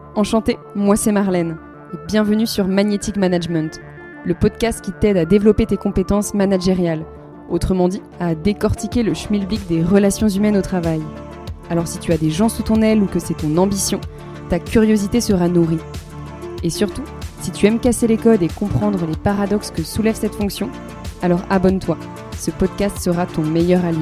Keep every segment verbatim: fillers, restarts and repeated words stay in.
Enchantée, moi c'est Marlène et bienvenue sur Magnetic Management, le podcast qui t'aide à développer tes compétences managériales, autrement dit à décortiquer le schmilblick des relations humaines au travail. Alors si tu as des gens sous ton aile ou que c'est ton ambition, ta curiosité sera nourrie. Et surtout, si tu aimes casser les codes et comprendre les paradoxes que soulève cette fonction, alors abonne-toi, ce podcast sera ton meilleur allié.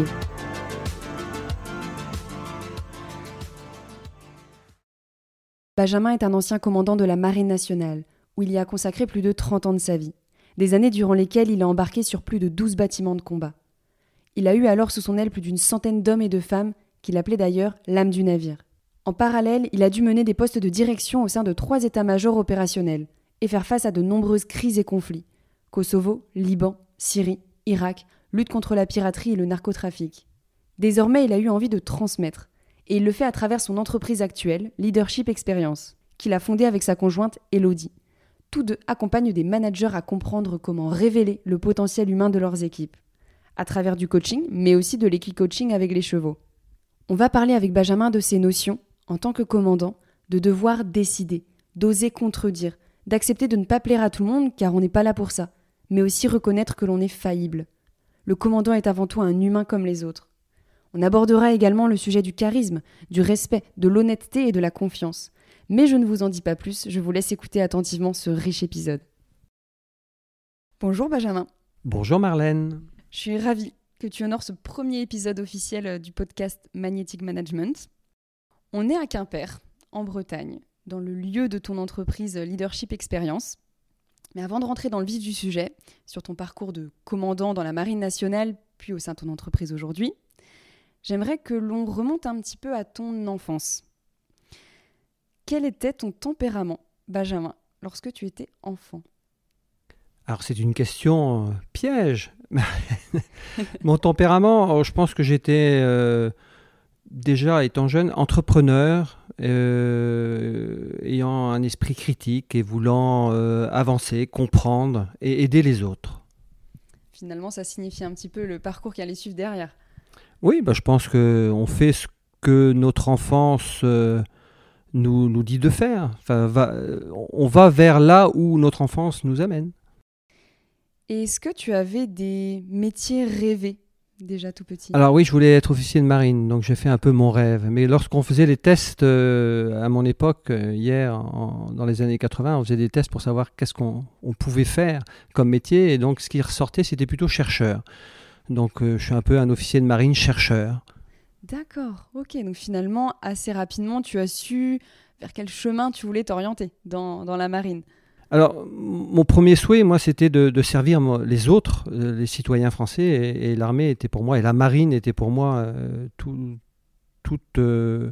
Benjamin est un ancien commandant de la Marine nationale, où il y a consacré plus de trente ans de sa vie, des années durant lesquelles il a embarqué sur plus de douze bâtiments de combat. Il a eu alors sous son aile plus d'une centaine d'hommes et de femmes, qu'il appelait d'ailleurs l'âme du navire. En parallèle, il a dû mener des postes de direction au sein de trois états-majors opérationnels, et faire face à de nombreuses crises et conflits. Kosovo, Liban, Syrie, Irak, lutte contre la piraterie et le narcotrafic. Désormais, il a eu envie de transmettre. Et il le fait à travers son entreprise actuelle, Leadership Experience, qu'il a fondée avec sa conjointe Elodie. Tous deux accompagnent des managers à comprendre comment révéler le potentiel humain de leurs équipes, à travers du coaching, mais aussi de l'équi-coaching avec les chevaux. On va parler avec Benjamin de ces notions, en tant que commandant, de devoir décider, d'oser contredire, d'accepter de ne pas plaire à tout le monde car on n'est pas là pour ça, mais aussi reconnaître que l'on est faillible. Le commandant est avant tout un humain comme les autres. On abordera également le sujet du charisme, du respect, de l'honnêteté et de la confiance. Mais je ne vous en dis pas plus, je vous laisse écouter attentivement ce riche épisode. Bonjour Benjamin. Bonjour Marlène. Je suis ravie que tu honores ce premier épisode officiel du podcast Magnetic Management. On est à Quimper, en Bretagne, dans le lieu de ton entreprise Leadership Experience. Mais avant de rentrer dans le vif du sujet, sur ton parcours de commandant dans la Marine nationale, puis au sein de ton entreprise aujourd'hui, j'aimerais que l'on remonte un petit peu à ton enfance. Quel était ton tempérament, Benjamin, lorsque tu étais enfant ? Alors c'est une question euh, piège. Mon tempérament, je pense que j'étais euh, déjà étant jeune entrepreneur, euh, ayant un esprit critique et voulant euh, avancer, comprendre et aider les autres. Finalement, ça signifie un petit peu le parcours qui allait suivre derrière. Oui, bah, je pense qu'on fait ce que notre enfance euh, nous, nous dit de faire. Enfin, va, on va vers là où notre enfance nous amène. Et est-ce que tu avais des métiers rêvés, déjà tout petit ? Alors oui, je voulais être officier de marine, donc j'ai fait un peu mon rêve. Mais lorsqu'on faisait les tests euh, à mon époque, euh, hier, en, dans les années quatre-vingts, on faisait des tests pour savoir qu'est-ce qu'on on pouvait faire comme métier. Et donc ce qui ressortait, c'était plutôt chercheur. Donc euh, je suis un peu un officier de marine chercheur. D'accord, ok. Donc finalement, assez rapidement, tu as su vers quel chemin tu voulais t'orienter dans, dans la marine. Alors, mon premier souhait, moi, c'était de, de servir moi, les autres, euh, les citoyens français, et, et l'armée était pour moi, et la marine était pour moi, euh, tout, tout, euh,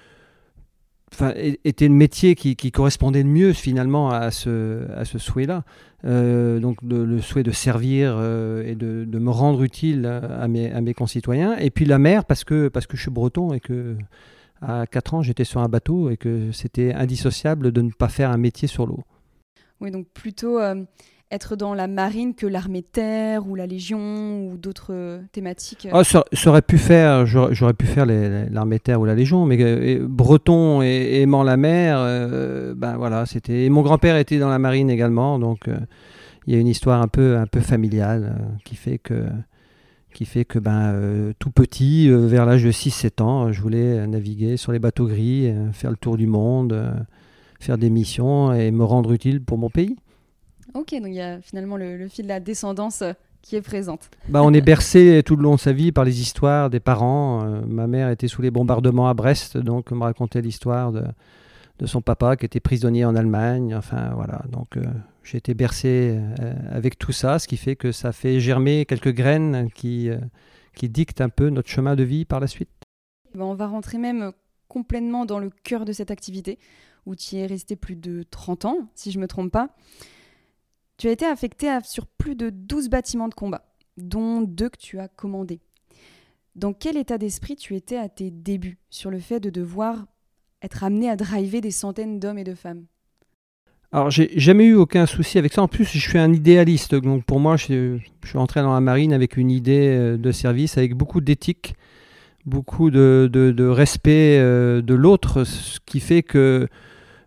enfin, était le métier qui, qui correspondait le mieux finalement à ce, à ce souhait-là. Euh, donc le, le souhait de servir euh, et de, de me rendre utile à mes, à mes concitoyens. Et puis la mer, parce que, parce que je suis breton et que à quatre ans, j'étais sur un bateau et que c'était indissociable de ne pas faire un métier sur l'eau. Oui, donc plutôt euh, être dans la marine que l'armée de terre ou la Légion ou d'autres euh, thématiques. Oh, ça, ça aurait pu faire, j'aurais, j'aurais pu faire les, les, l'armée de terre ou la Légion, mais euh, breton et aimant la mer, euh, ben voilà, c'était. Et mon grand-père était dans la marine également, donc euh, il y a une histoire un peu, un peu familiale euh, qui fait que, qui fait que ben euh, tout petit, euh, vers l'âge de six sept ans, je voulais naviguer sur les bateaux gris, euh, faire le tour du monde. Euh, faire des missions et me rendre utile pour mon pays. Ok, donc il y a finalement le, le fil de la descendance qui est présente. Bah, on est bercé tout le long de sa vie par les histoires des parents. Euh, ma mère était sous les bombardements à Brest, donc me racontait l'histoire de, de son papa qui était prisonnier en Allemagne. Enfin voilà, donc euh, j'ai été bercé euh, avec tout ça, ce qui fait que ça fait germer quelques graines qui, euh, qui dictent un peu notre chemin de vie par la suite. Ben, on va rentrer même complètement dans le cœur de cette activité, où tu y es resté plus de trente ans, si je ne me trompe pas. Tu as été affecté à, sur plus de douze bâtiments de combat, dont deux que tu as commandés. Dans quel état d'esprit tu étais à tes débuts, sur le fait de devoir être amené à driver des centaines d'hommes et de femmes ? Alors, j'ai jamais eu aucun souci avec ça. En plus, je suis un idéaliste. Donc, pour moi, je, je suis entré dans la marine avec une idée de service, avec beaucoup d'éthique, beaucoup de, de, de respect de l'autre, ce qui fait que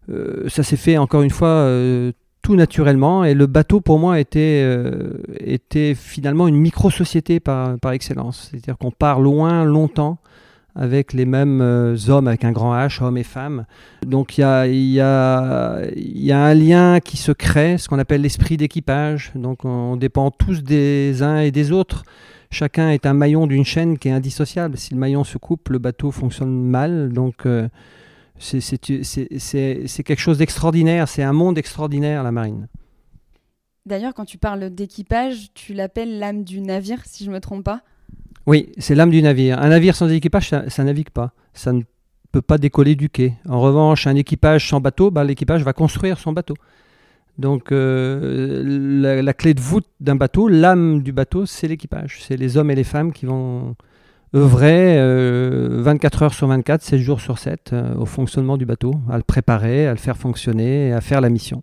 euh, ça s'est fait encore une fois euh, tout naturellement. Et le bateau, pour moi, était, euh, était finalement une micro-société par, par excellence. C'est-à-dire qu'on part loin, longtemps, avec les mêmes euh, hommes, avec un grand H, hommes et femmes. Donc il y a, y a, y a un lien qui se crée, ce qu'on appelle l'esprit d'équipage. Donc on dépend tous des uns et des autres. Chacun est un maillon d'une chaîne qui est indissociable. Si le maillon se coupe, le bateau fonctionne mal. Donc euh, c'est, c'est, c'est, c'est, c'est quelque chose d'extraordinaire. C'est un monde extraordinaire, la marine. D'ailleurs, quand tu parles d'équipage, tu l'appelles l'âme du navire, si je ne me trompe pas. Oui, c'est l'âme du navire. Un navire sans équipage, ça, ça navigue pas. Ça ne peut pas décoller du quai. En revanche, un équipage sans bateau, bah, l'équipage va construire son bateau. Donc, euh, la, la clé de voûte d'un bateau, l'âme du bateau, c'est l'équipage. C'est les hommes et les femmes qui vont œuvrer euh, vingt-quatre heures sur vingt-quatre, sept jours sur sept, euh, au fonctionnement du bateau, à le préparer, à le faire fonctionner, à faire la mission.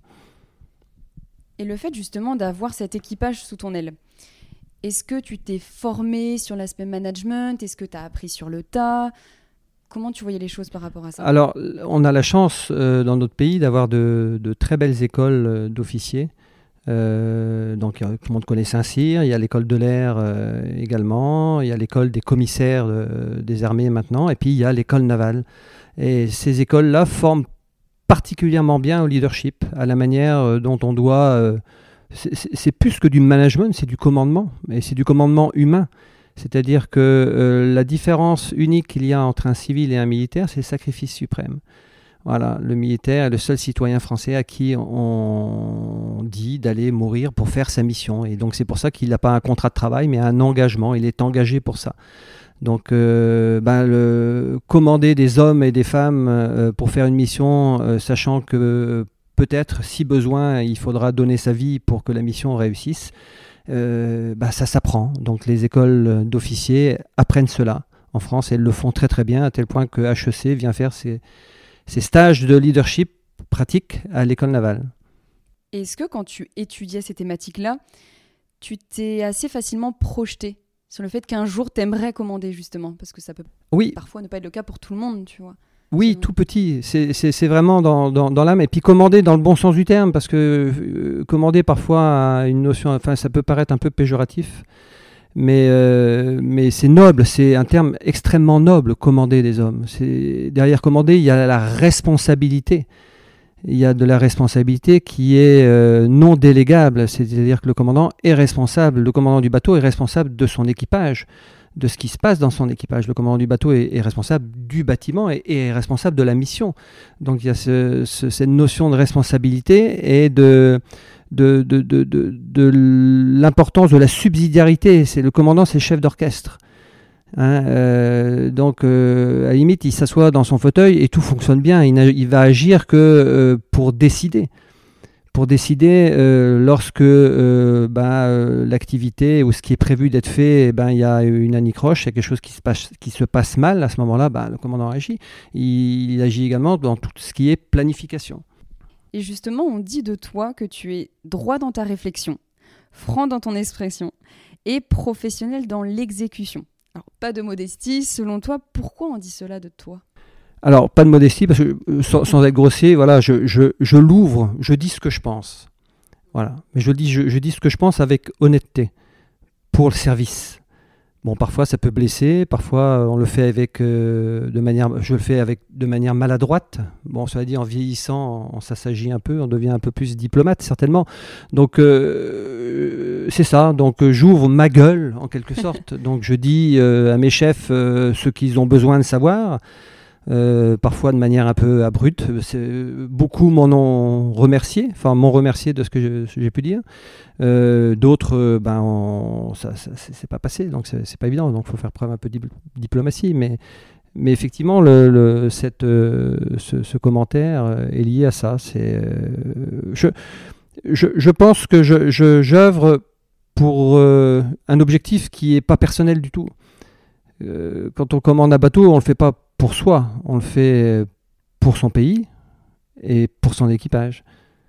Et le fait justement d'avoir cet équipage sous ton aile, est-ce que tu t'es formé sur l'aspect management ? Est-ce que tu as appris sur le tas ? Comment tu voyais les choses par rapport à ça ? Alors, on a la chance euh, dans notre pays d'avoir de, de très belles écoles euh, d'officiers. Euh, donc, tout le monde connaît Saint-Cyr, il y a l'école de l'air euh, également, il y a l'école des commissaires euh, des armées maintenant, et puis il y a l'école navale. Et ces écoles-là forment particulièrement bien au leadership, à la manière euh, dont on doit... Euh, c'est, c'est plus que du management, c'est du commandement, et c'est du commandement humain. C'est-à-dire que euh, la différence unique qu'il y a entre un civil et un militaire, c'est le sacrifice suprême. Voilà, le militaire est le seul citoyen français à qui on dit d'aller mourir pour faire sa mission. Et donc c'est pour ça qu'il n'a pas un contrat de travail, mais un engagement. Il est engagé pour ça. Donc euh, ben, le, commander des hommes et des femmes euh, pour faire une mission, euh, sachant que peut-être, si besoin, il faudra donner sa vie pour que la mission réussisse, euh, bah, ça s'apprend. Donc les écoles d'officiers apprennent cela. En France, elles le font très très bien, à tel point que H E C vient faire ses, ses stages de leadership pratiques à l'école navale. Est-ce que quand tu étudiais ces thématiques-là, tu t'es assez facilement projeté sur le fait qu'un jour tu aimerais commander justement ? Parce que ça peut oui. parfois ne pas être le cas pour tout le monde, tu vois. Oui, c'est tout petit, c'est, c'est, c'est vraiment dans, dans, dans l'âme, et puis commander dans le bon sens du terme, parce que euh, commander parfois a une notion, enfin ça peut paraître un peu péjoratif, mais, euh, mais c'est noble, c'est un terme extrêmement noble, commander des hommes. C'est, derrière commander, il y a la responsabilité, il y a de la responsabilité qui est euh, non délégable, c'est-à-dire que le commandant est responsable, le commandant du bateau est responsable de son équipage, de ce qui se passe dans son équipage. Le commandant du bateau est, est responsable du bâtiment et, et est responsable de la mission. Donc il y a ce, ce, cette notion de responsabilité et de, de, de, de, de, de l'importance de la subsidiarité. C'est, le commandant, c'est le chef d'orchestre. Hein, euh, donc euh, à la limite, il s'assoit dans son fauteuil et tout fonctionne bien. Il, il va agir que euh, pour décider. Pour décider euh, lorsque euh, bah, euh, l'activité ou ce qui est prévu d'être fait, ben, il y a une anicroche, il y a quelque chose qui se passe, qui se passe mal, à ce moment-là, ben, le commandant agit. Il, il agit également dans tout ce qui est planification. Et justement, on dit de toi que tu es droit dans ta réflexion, franc dans ton expression et professionnel dans l'exécution. Alors, pas de modestie, selon toi, pourquoi on dit cela de toi ? Alors, pas de modestie, parce que sans, sans être grossier, voilà, je, je, je l'ouvre, je dis ce que je pense. Voilà. Mais je dis, je, je dis ce que je pense avec honnêteté, pour le service. Bon, parfois ça peut blesser, parfois on le fait avec, euh, de manière, je le fais avec de manière maladroite. Bon, cela dit, en vieillissant, on, ça s'agit un peu, on devient un peu plus diplomate, certainement. Donc, euh, c'est ça. Donc, j'ouvre ma gueule, en quelque sorte. Donc, je dis euh, à mes chefs euh, ce qu'ils ont besoin de savoir. Euh, parfois de manière un peu abrupte. C'est, beaucoup m'en ont remercié, enfin m'ont remercié de ce que, je, ce que j'ai pu dire. Euh, d'autres, euh, ben, on, ça, ça c'est, c'est pas passé, donc c'est, c'est pas évident. Donc il faut faire preuve un peu de diplomatie, mais, mais effectivement, le, le, cette, euh, ce, ce commentaire est lié à ça. C'est, euh, je, je, je pense que je, je, j'œuvre pour euh, un objectif qui est pas personnel du tout. Euh, quand on commande un bateau, on le fait pas pour soi, on le fait pour son pays et pour son équipage.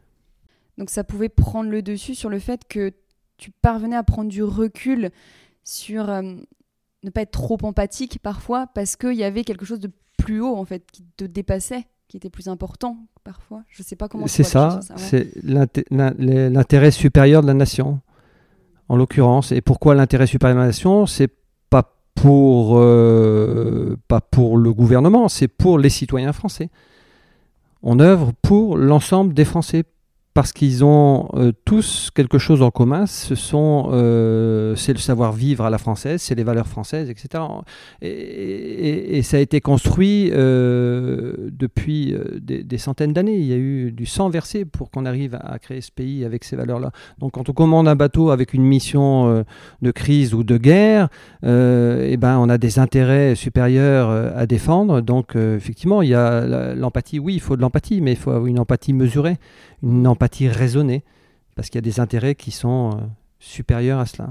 Donc ça pouvait prendre le dessus sur le fait que tu parvenais à prendre du recul sur euh, ne pas être trop empathique parfois parce qu'il y avait quelque chose de plus haut en fait qui te dépassait. qui était plus important parfois. Je ne sais pas comment tu C'est vois ça, ça ouais. c'est l'inté- l'intérêt supérieur de la nation, en l'occurrence. Et pourquoi l'intérêt supérieur de la nation? C'est pas pour, euh, pas pour le gouvernement, c'est pour les citoyens français. On œuvre pour l'ensemble des Français parce qu'ils ont euh, tous quelque chose en commun. Ce sont, euh, c'est le savoir-vivre à la française, c'est les valeurs françaises, et cetera. Et, et, et ça a été construit euh, depuis euh, des, des centaines d'années. Il y a eu du sang versé pour qu'on arrive à créer ce pays avec ces valeurs-là. Donc quand on commande un bateau avec une mission euh, de crise ou de guerre, euh, et ben, on a des intérêts supérieurs euh, à défendre. Donc euh, effectivement, il y a la, l'empathie. Oui, il faut de l'empathie, mais il faut une empathie mesurée, une empathie raisonnée, parce qu'il y a des intérêts qui sont euh, supérieurs à cela.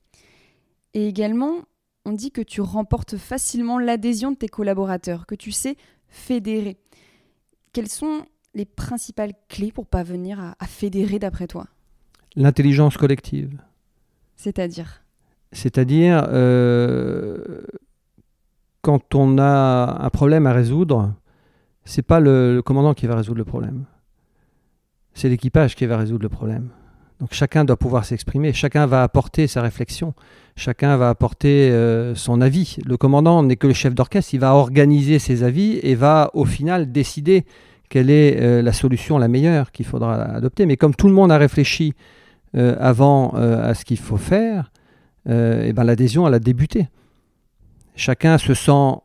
Et également, on dit que tu remportes facilement l'adhésion de tes collaborateurs, que tu sais fédérer. Quelles sont les principales clés pour parvenir à, à fédérer d'après toi? L'intelligence collective. C'est-à-dire C'est-à-dire, euh, quand on a un problème à résoudre, c'est pas le, le commandant qui va résoudre le problème. C'est l'équipage qui va résoudre le problème. Donc chacun doit pouvoir s'exprimer, chacun va apporter sa réflexion, chacun va apporter euh, son avis. Le commandant n'est que le chef d'orchestre, il va organiser ses avis et va au final décider quelle est euh, la solution la meilleure qu'il faudra adopter. Mais comme tout le monde a réfléchi euh, avant euh, à ce qu'il faut faire, euh, et ben l'adhésion elle a débuté. Chacun se sent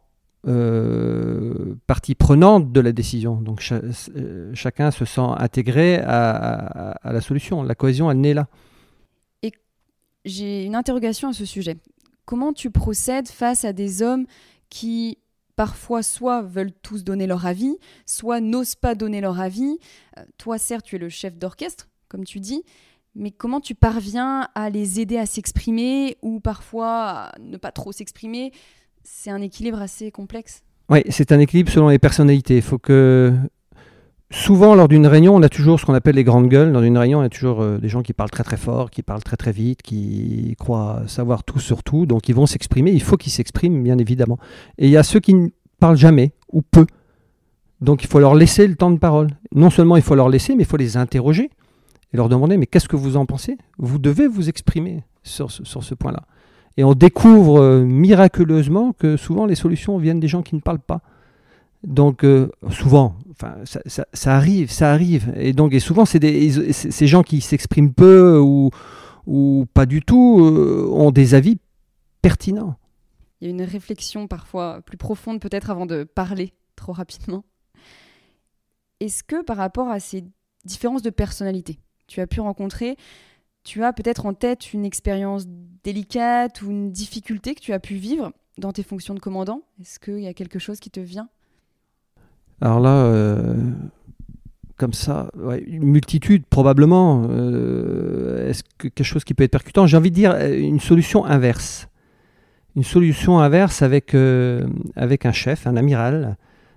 Euh, partie prenante de la décision. Donc cha- euh, chacun se sent intégré à, à, à la solution. La cohésion, elle naît là. Et j'ai une interrogation à ce sujet. Comment tu procèdes face à des hommes qui parfois soit veulent tous donner leur avis, soit n'osent pas donner leur avis? Euh, toi, certes, tu es le chef d'orchestre, comme tu dis, mais comment tu parviens à les aider à s'exprimer ou parfois à ne pas trop s'exprimer? C'est un équilibre assez complexe. Oui, c'est un équilibre selon les personnalités. Il faut que... Souvent, lors d'une réunion, on a toujours ce qu'on appelle les grandes gueules. Dans une réunion, il y a toujours euh, des gens qui parlent très très fort, qui parlent très très vite, qui croient savoir tout sur tout. Donc, ils vont s'exprimer. Il faut qu'ils s'expriment, bien évidemment. Et il y a ceux qui ne parlent jamais ou peu. Donc, il faut leur laisser le temps de parole. Non seulement il faut leur laisser, mais il faut les interroger et leur demander, mais qu'est-ce que vous en pensez? Vous devez vous exprimer sur ce, sur ce point-là. Et on découvre euh, miraculeusement que souvent les solutions viennent des gens qui ne parlent pas. Donc euh, souvent, enfin ça, ça, ça arrive, ça arrive. Et donc et souvent c'est des c'est, ces gens qui s'expriment peu ou ou pas du tout euh, ont des avis pertinents. Il y a une réflexion parfois plus profonde peut-être avant de parler trop rapidement. Est-ce que par rapport à ces différences de personnalité, tu as pu rencontrer, tu as peut-être en tête une expérience délicate ou une difficulté que tu as pu vivre dans tes fonctions de commandant? Est-ce qu'il y a quelque chose qui te vient? Alors là, euh, comme ça, ouais, une multitude probablement. Euh, est-ce que quelque chose qui peut être percutant? J'ai envie de dire une solution inverse. Une solution inverse avec, euh, avec un chef, un amiral.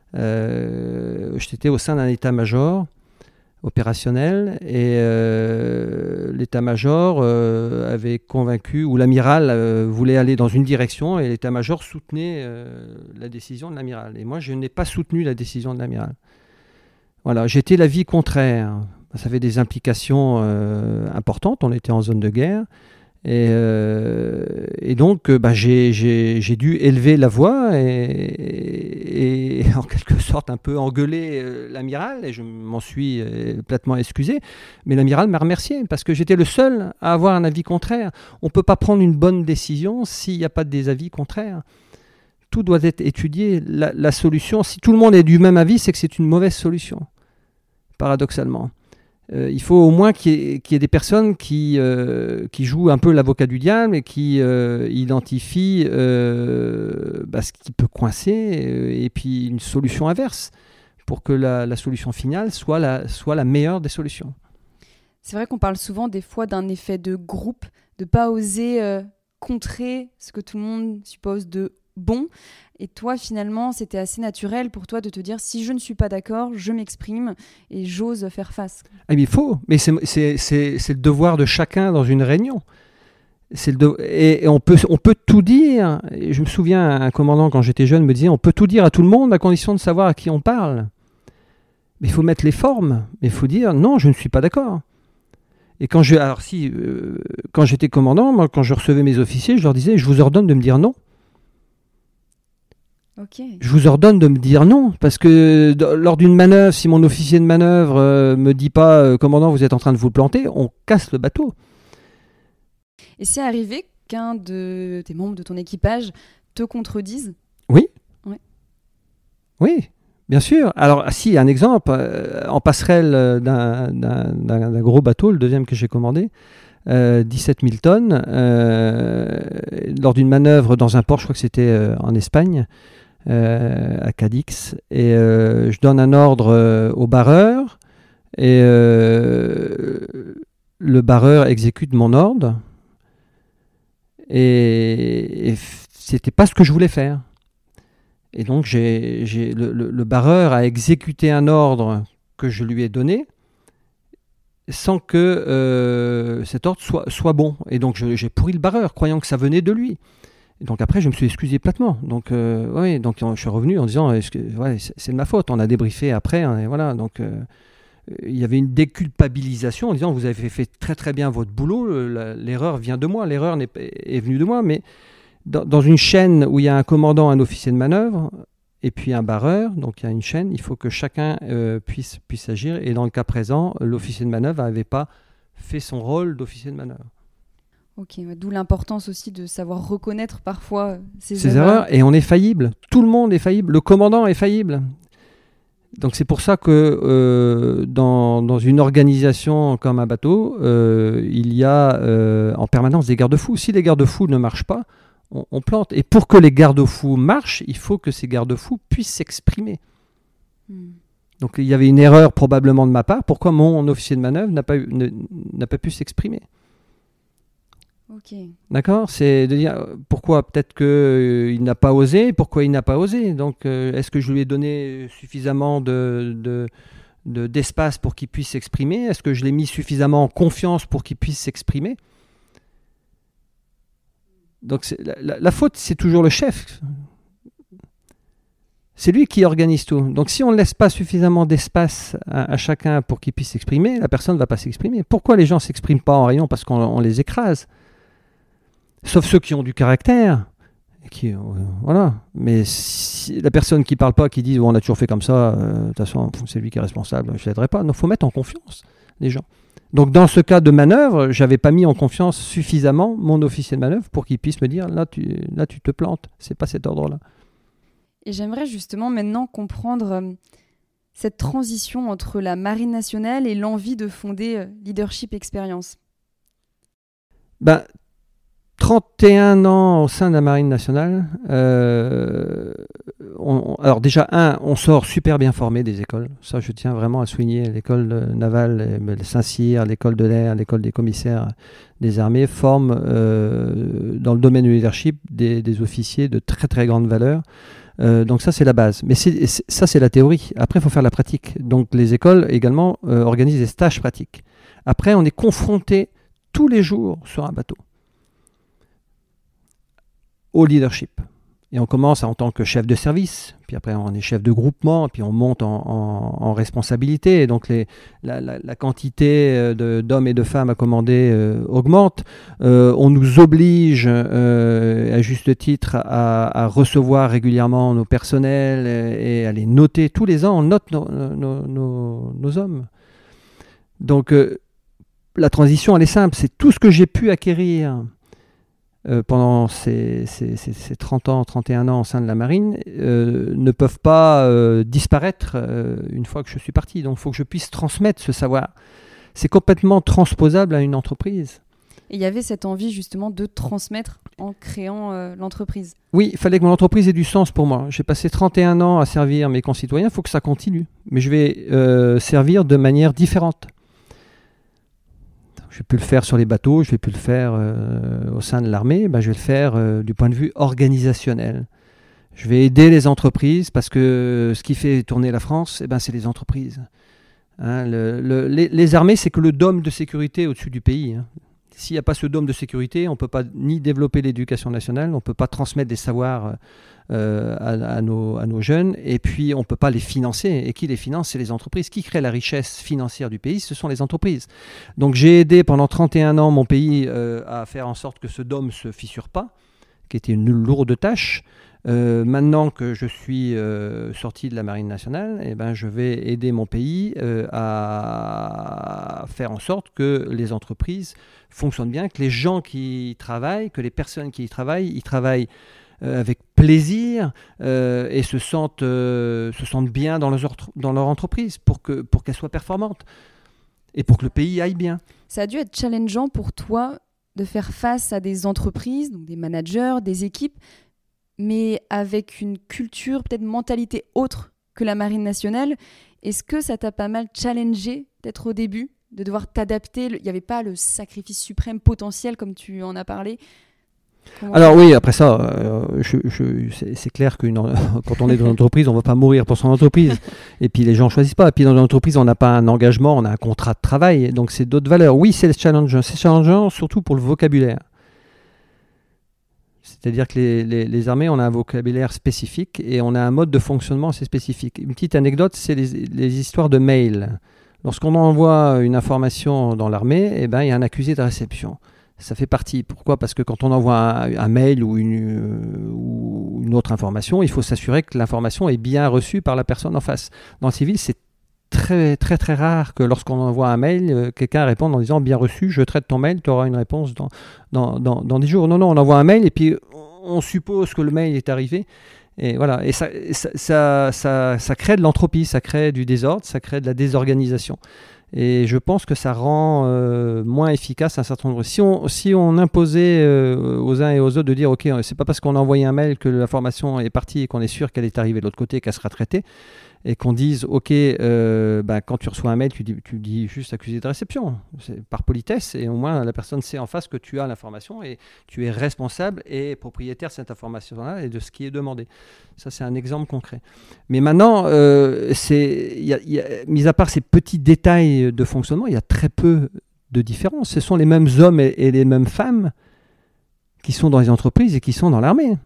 Euh, j'étais au sein d'un état-major opérationnel et euh, l'état-major euh, avait convaincu, ou l'amiral euh, voulait aller dans une direction et l'état-major soutenait euh, la décision de l'amiral. Et moi, je n'ai pas soutenu la décision de l'amiral. Voilà, j'étais l'avis contraire. Ça avait des implications euh, importantes, on était en zone de guerre. Et, euh, et donc, bah, j'ai, j'ai, j'ai dû élever la voix et, et, et en quelque sorte un peu engueuler euh, l'amiral, et je m'en suis euh, platement excusé. Mais l'amiral m'a remercié parce que j'étais le seul à avoir un avis contraire. On ne peut pas prendre une bonne décision s'il n'y a pas des avis contraires. Tout doit être étudié. La, la solution, si tout le monde est du même avis, c'est que c'est une mauvaise solution, paradoxalement. Euh, il faut au moins qu'il y ait, qu'il y ait des personnes qui, euh, qui jouent un peu l'avocat du diable et qui euh, identifient euh, bah, ce qui peut coincer euh, et puis une solution inverse pour que la, la solution finale soit la, soit la meilleure des solutions. C'est vrai qu'on parle souvent des fois d'un effet de groupe, de ne pas oser euh, contrer ce que tout le monde suppose de bon. Et toi, finalement, c'était assez naturel pour toi de te dire, si je ne suis pas d'accord, je m'exprime et j'ose faire face. Ah, mais il faut, mais c'est, c'est, c'est, c'est le devoir de chacun dans une réunion. C'est le de... et, et on peut, on peut tout dire. Et je me souviens, un commandant, quand j'étais jeune, me disait, on peut tout dire à tout le monde à condition de savoir à qui on parle. Mais il faut mettre les formes, mais il faut dire non, je ne suis pas d'accord. Et quand je, alors si, euh, quand j'étais commandant, moi, quand je recevais mes officiers, je leur disais, je vous ordonne de me dire non. Okay. Je vous ordonne de me dire non, parce que d- lors d'une manœuvre, si mon officier de manœuvre euh, me dit pas, euh, commandant, vous êtes en train de vous planter, on casse le bateau. Et c'est arrivé qu'un de tes membres de ton équipage te contredise? Oui. Ouais. Oui. Bien sûr. Alors, si, un exemple, euh, en passerelle euh, d'un, d'un, d'un, d'un gros bateau, le deuxième que j'ai commandé, euh, dix-sept mille tonnes, euh, lors d'une manœuvre dans un port, je crois que c'était euh, en Espagne, euh, à Cadix, et euh, je donne un ordre euh, au barreur, et euh, le barreur exécute mon ordre, et, et f- c'était pas ce que je voulais faire. Et donc, j'ai, j'ai, le, le, le barreur a exécuté un ordre que je lui ai donné sans que euh, cet ordre soit, soit bon. Et donc, je, j'ai pourri le barreur, croyant que ça venait de lui. Et donc, après, je me suis excusé platement. Donc, euh, ouais, donc je suis revenu en disant est-ce que, ouais, c'est, c'est de ma faute. On a débriefé après. Hein, et voilà, donc, euh, il y avait une déculpabilisation en disant vous avez fait très très bien votre boulot. La, l'erreur vient de moi. L'erreur n'est, est venue de moi. Mais Dans, dans une chaîne où il y a un commandant, un officier de manœuvre, et puis un barreur, donc il y a une chaîne, il faut que chacun euh, puisse, puisse agir. Et dans le cas présent, l'officier de manœuvre n'avait pas fait son rôle d'officier de manœuvre. Ok, ouais, d'où l'importance aussi de savoir reconnaître parfois ses, Ces erreurs. erreurs, et on est faillible. Tout le monde est faillible. Le commandant est faillible. Donc c'est pour ça que euh, dans, dans une organisation comme un bateau, euh, il y a euh, en permanence des garde-fous. Si les garde-fous ne marchent pas, On, on plante. Et pour que les garde-fous marchent, il faut que ces garde-fous puissent s'exprimer. Hmm. Donc il y avait une erreur probablement de ma part. Pourquoi mon officier de manœuvre n'a pas, eu, ne, n'a pas pu s'exprimer? Ok. D'accord? C'est de dire pourquoi peut-être qu'il euh, n'a pas osé, pourquoi il n'a pas osé. Donc euh, est-ce que je lui ai donné suffisamment de, de, de, d'espace pour qu'il puisse s'exprimer? Est-ce que je l'ai mis suffisamment en confiance pour qu'il puisse s'exprimer? Donc c'est, la, la, la faute, c'est toujours le chef. C'est lui qui organise tout. Donc si on ne laisse pas suffisamment d'espace à, à chacun pour qu'il puisse s'exprimer, la personne ne va pas s'exprimer. Pourquoi les gens ne s'expriment pas en rayon? Parce qu'on on les écrase. Sauf ceux qui ont du caractère. Et qui, euh, voilà. Mais si la personne qui ne parle pas, qui dit oh, on a toujours fait comme ça, de euh, toute façon c'est lui qui est responsable, je ne l'aiderai pas. Non, il faut mettre en confiance les gens. Donc dans ce cas de manœuvre, je n'avais pas mis en confiance suffisamment mon officier de manœuvre pour qu'il puisse me dire là tu, là, tu te plantes, c'est pas cet ordre-là. Et j'aimerais justement maintenant comprendre euh, cette transition entre la Marine nationale et l'envie de fonder euh, Leadership Experience. Ben, trente et un ans au sein de la Marine nationale. Euh, on, alors déjà, un, on sort super bien formé des écoles. Ça, je tiens vraiment à souligner. L'école navale, le Saint-Cyr, l'école de l'air, l'école des commissaires des armées forment euh, dans le domaine du leadership des, des officiers de très très grande valeur. Euh, donc ça, c'est la base. Mais c'est, c'est, ça, c'est la théorie. Après, il faut faire la pratique. Donc les écoles également euh, organisent des stages pratiques. Après, on est confronté tous les jours sur un bateau au leadership. Et on commence en tant que chef de service, puis après on est chef de groupement, puis on monte en, en, en responsabilité. Et donc les, la, la, la quantité de, d'hommes et de femmes à commander euh, augmente. Euh, on nous oblige, euh, à juste titre, à, à recevoir régulièrement nos personnels et, et à les noter. Tous les ans, on note nos, nos, nos, nos hommes. Donc euh, la transition, elle est simple. C'est tout ce que j'ai pu acquérir Euh, pendant ces, ces, ces, ces trente ans, trente et un ans au sein de la marine, euh, ne peuvent pas euh, disparaître euh, une fois que je suis parti. Donc il faut que je puisse transmettre ce savoir. C'est complètement transposable à une entreprise. Et il y avait cette envie justement de transmettre en créant euh, l'entreprise. Oui, il fallait que mon entreprise ait du sens pour moi. J'ai passé trente et un ans à servir mes concitoyens, il faut que ça continue. Mais je vais euh, servir de manière différente. Je vais plus le faire sur les bateaux, je vais plus le faire euh, au sein de l'armée, ben, je vais le faire euh, du point de vue organisationnel. Je vais aider les entreprises parce que ce qui fait tourner la France, eh ben, c'est les entreprises. Hein, le, le, les, les armées, c'est que le dôme de sécurité au-dessus du pays. Hein. S'il n'y a pas ce dôme de sécurité, on ne peut pas ni développer l'éducation nationale, on ne peut pas transmettre des savoirs euh, à, à, nos, à nos jeunes, et puis on ne peut pas les financer. Et qui les finance? C'est les entreprises. Qui crée la richesse financière du pays? Ce sont les entreprises. Donc j'ai aidé pendant trente et un ans mon pays euh, à faire en sorte que ce dôme ne se fissure pas, qui était une lourde tâche. Euh, maintenant que je suis euh, sorti de la Marine nationale, eh ben, je vais aider mon pays euh, à faire en sorte que les entreprises fonctionnent bien, que les gens qui y travaillent, que les personnes qui y travaillent, y travaillent euh, avec plaisir euh, et se sentent, euh, se sentent bien dans leur, dans leur entreprise pour que, pour qu'elle soit performante et pour que le pays aille bien. Ça a dû être challengeant pour toi de faire face à des entreprises, donc des managers, des équipes, mais avec une culture, peut-être mentalité autre que la Marine nationale. Est-ce que ça t'a pas mal challengé, peut-être au début, de devoir t'adapter? Il n'y avait pas le sacrifice suprême potentiel, comme tu en as parlé. Comment... Alors oui, après ça, euh, je, je, c'est, c'est clair que quand on est dans une entreprise, on ne va pas mourir pour son entreprise. Et puis les gens ne choisissent pas. Et puis dans une entreprise, on n'a pas un engagement, on a un contrat de travail. Donc c'est d'autres valeurs. Oui, c'est challengeant. C'est challengeant surtout pour le vocabulaire. C'est-à-dire que les, les, les armées, on a un vocabulaire spécifique et on a un mode de fonctionnement assez spécifique. Une petite anecdote, c'est les, les histoires de mail. Lorsqu'on envoie une information dans l'armée, eh ben, il y a un accusé de réception. Ça fait partie. Pourquoi ? Parce que quand on envoie un, un mail ou une, euh, ou une autre information, il faut s'assurer que l'information est bien reçue par la personne en face. Dans le civil, c'est très très très rare que lorsqu'on envoie un mail, euh, quelqu'un réponde en disant « bien reçu, je traite ton mail, tu auras une réponse dans, dans, dans, dans dix jours ». Non, non, on envoie un mail et puis on suppose que le mail est arrivé. Et voilà, et ça, ça, ça, ça, ça crée de l'entropie, ça crée du désordre, ça crée de la désorganisation. Et je pense que ça rend euh, moins efficace un certain nombre. Si on, si on imposait euh, aux uns et aux autres de dire « ok, c'est pas parce qu'on a envoyé un mail que l'information est partie et qu'on est sûr qu'elle est arrivée de l'autre côté, qu'elle sera traitée », et qu'on dise, ok, euh, bah, quand tu reçois un mail, tu dis, tu dis juste accusé de réception, c'est par politesse, et au moins la personne sait en face que tu as l'information et tu es responsable et propriétaire de cette information-là et de ce qui est demandé. Ça, c'est un exemple concret. Mais maintenant, euh, c'est, y a, y a, mis à part ces petits détails de fonctionnement, il y a très peu de différence. Ce sont les mêmes hommes et, et les mêmes femmes qui sont dans les entreprises et qui sont dans l'armée.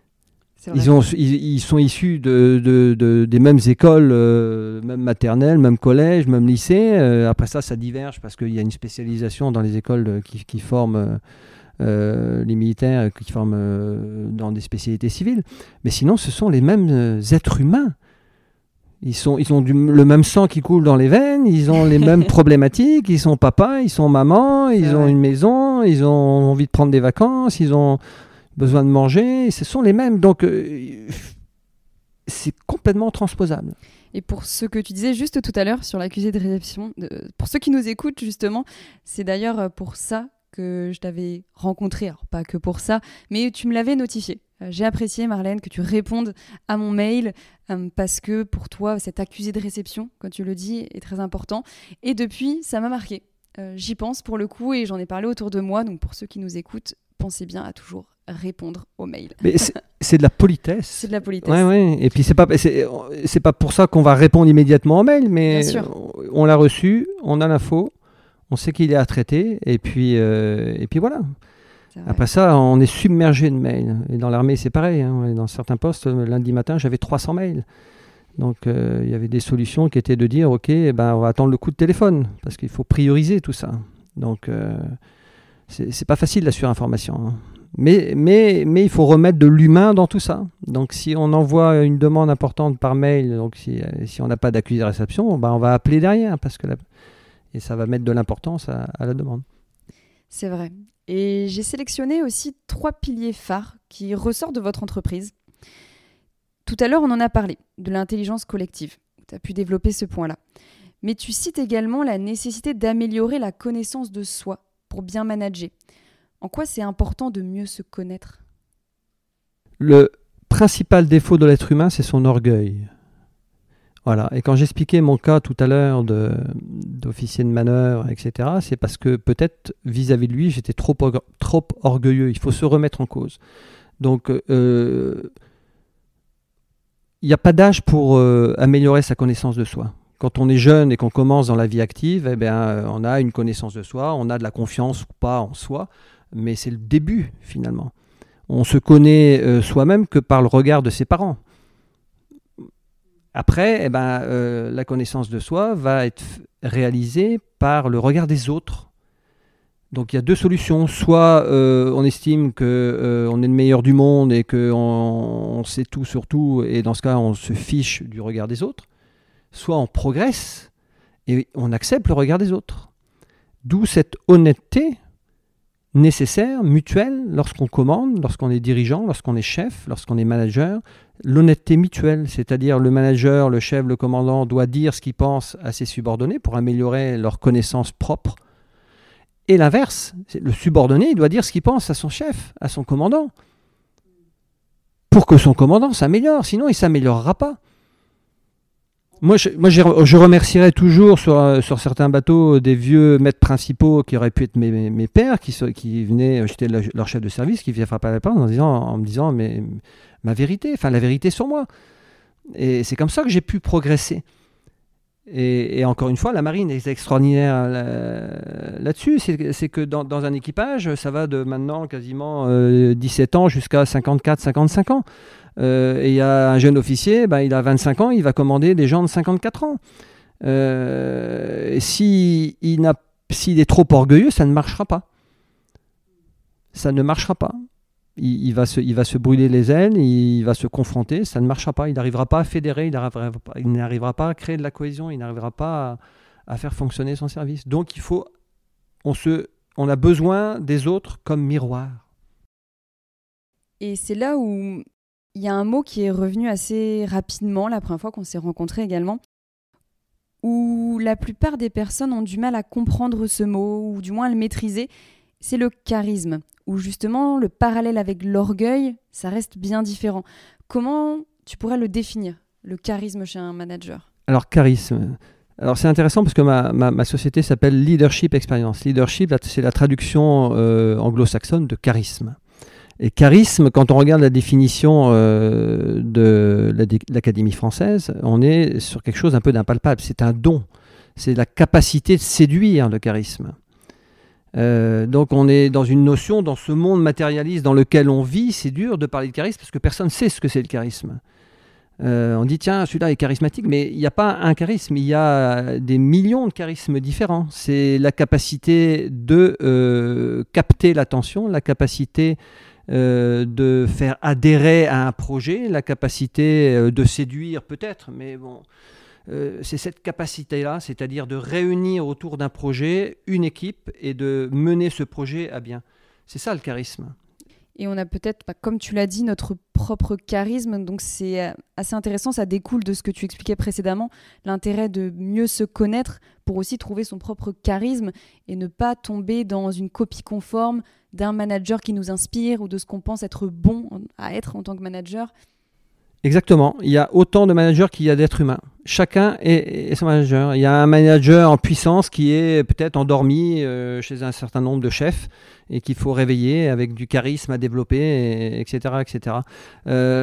Ils, ont, ils, ils sont issus de, de, de, des mêmes écoles, euh, même maternelles, même collège, même lycée. Euh, après ça, ça diverge parce qu'il y a une spécialisation dans les écoles qui, qui forment euh, les militaires, qui forment euh, dans des spécialités civiles. Mais sinon, ce sont les mêmes êtres humains. Ils, sont, ils ont du, le même sang qui coule dans les veines, ils ont les mêmes problématiques, ils sont papa, ils sont maman, ils C'est ont vrai. Une maison, ils ont envie de prendre des vacances, ils ont besoin de manger, ce sont les mêmes. Donc, euh, c'est complètement transposable. Et pour ce que tu disais juste tout à l'heure sur l'accusé de réception, de, pour ceux qui nous écoutent justement, c'est d'ailleurs pour ça que je t'avais rencontré. Alors, pas que pour ça, mais tu me l'avais notifié. Euh, j'ai apprécié, Marlène, que tu répondes à mon mail euh, parce que pour toi, cet accusé de réception, quand tu le dis, est très important. Et depuis, ça m'a marqué. Euh, j'y pense pour le coup et j'en ai parlé autour de moi. Donc, pour ceux qui nous écoutent, pensez bien à toujours répondre aux mails. Mais c'est, c'est de la politesse. C'est de la politesse. Ouais, ouais. Et puis c'est pas, c'est, c'est pas pour ça qu'on va répondre immédiatement au mail, mais on l'a reçu, on a l'info, on sait qu'il est à traiter, et puis, euh, et puis voilà. Après ça, on est submergé de mails. Et dans l'armée, c'est pareil. Hein. Dans certains postes, lundi matin, j'avais trois cents mails. Donc il euh, y avait des solutions qui étaient de dire, ok, eh ben, on va attendre le coup de téléphone, parce qu'il faut prioriser tout ça. Donc euh, c'est, c'est pas facile la surinformation. Hein. Mais, mais, mais il faut remettre de l'humain dans tout ça. Donc si on envoie une demande importante par mail, donc si, si on n'a pas d'accusé de réception, ben on va appeler derrière, parce que la, et ça va mettre de l'importance à, à la demande. C'est vrai. Et j'ai sélectionné aussi trois piliers phares qui ressortent de votre entreprise. Tout à l'heure, on en a parlé, de l'intelligence collective. Tu as pu développer ce point-là. Mais tu cites également la nécessité d'améliorer la connaissance de soi pour bien manager. En quoi c'est important de mieux se connaître ? Le principal défaut de l'être humain, c'est son orgueil. Voilà. Et quand j'expliquais mon cas tout à l'heure de, d'officier de manœuvre, et cetera, c'est parce que peut-être vis-à-vis de lui, j'étais trop, trop orgueilleux. Il faut se remettre en cause. Donc, euh, il n'y a pas d'âge pour euh, améliorer sa connaissance de soi. Quand on est jeune et qu'on commence dans la vie active, eh bien, on a une connaissance de soi, on a de la confiance ou pas en soi, mais c'est le début finalement. On se connaît euh, soi-même que par le regard de ses parents. Après, eh ben, euh, la connaissance de soi va être réalisée par le regard des autres. Donc il y a deux solutions. Soit euh, on estime qu'on euh, est le meilleur du monde et qu'on on sait tout sur tout, et dans ce cas on se fiche du regard des autres. Soit on progresse et on accepte le regard des autres. D'où cette honnêteté nécessaire, mutuelle, lorsqu'on commande, lorsqu'on est dirigeant, lorsqu'on est chef, lorsqu'on est manager. L'honnêteté mutuelle, c'est-à-dire le manager, le chef, le commandant doit dire ce qu'il pense à ses subordonnés pour améliorer leur connaissance propre. Et l'inverse, le subordonné, il doit dire ce qu'il pense à son chef, à son commandant, pour que son commandant s'améliore, sinon il ne s'améliorera pas. Moi, je, moi je remercierais toujours sur, sur certains bateaux des vieux maîtres principaux qui auraient pu être mes, mes, mes pères, qui, qui venaient, j'étais leur chef de service, qui venaient frapper à la porte en, disant, en me disant mais ma vérité, enfin la vérité sur moi. Et c'est comme ça que j'ai pu progresser. Et, et encore une fois, la marine est extraordinaire là, là-dessus. C'est, c'est que dans, dans un équipage, ça va de maintenant quasiment euh, dix-sept ans jusqu'à cinquante-quatre cinquante-cinq ans. Euh, et il y a un jeune officier, ben, il a vingt-cinq ans, il va commander des gens de cinquante-quatre ans. Euh, et si, il n'a, s'il est trop orgueilleux, ça ne marchera pas. Ça ne marchera pas. Il, il, va se, il va se brûler les ailes, il va se confronter, ça ne marchera pas. Il n'arrivera pas à fédérer, il n'arrivera pas, il n'arrivera pas à créer de la cohésion, il n'arrivera pas à, à faire fonctionner son service. Donc il faut, on, se, on a besoin des autres comme miroir. Et c'est là où il y a un mot qui est revenu assez rapidement la première fois qu'on s'est rencontrés également, où la plupart des personnes ont du mal à comprendre ce mot, ou du moins à le maîtriser, c'est le charisme, où justement le parallèle avec l'orgueil, ça reste bien différent. Comment tu pourrais le définir, le charisme chez un manager ? Alors, charisme. Alors, c'est intéressant parce que ma, ma, ma société s'appelle Leadership Experience. Leadership, c'est la traduction euh, anglo-saxonne de charisme. Et charisme, quand on regarde la définition euh, de l'Académie française, on est sur quelque chose un peu d'impalpable. C'est un don. C'est la capacité de séduire, le charisme. Euh, donc on est dans une notion, dans ce monde matérialiste dans lequel on vit, c'est dur de parler de charisme parce que personne ne sait ce que c'est le charisme. Euh, on dit tiens, celui-là est charismatique, mais il n'y a pas un charisme, il y a des millions de charismes différents. C'est la capacité de euh, capter l'attention, la capacité euh, de faire adhérer à un projet, la capacité euh, de séduire peut-être, mais bon... Euh, c'est cette capacité-là, c'est-à-dire de réunir autour d'un projet une équipe et de mener ce projet à bien. C'est ça le charisme. Et on a peut-être, bah, comme tu l'as dit, notre propre charisme, donc c'est assez intéressant, ça découle de ce que tu expliquais précédemment, l'intérêt de mieux se connaître pour aussi trouver son propre charisme et ne pas tomber dans une copie conforme d'un manager qui nous inspire ou de ce qu'on pense être bon à être en tant que manager. Exactement. Il y a autant de managers qu'il y a d'êtres humains. Chacun est, est son manager. Il y a un manager en puissance qui est peut-être endormi euh, chez un certain nombre de chefs et qu'il faut réveiller avec du charisme à développer, et, etc., et cetera. Euh,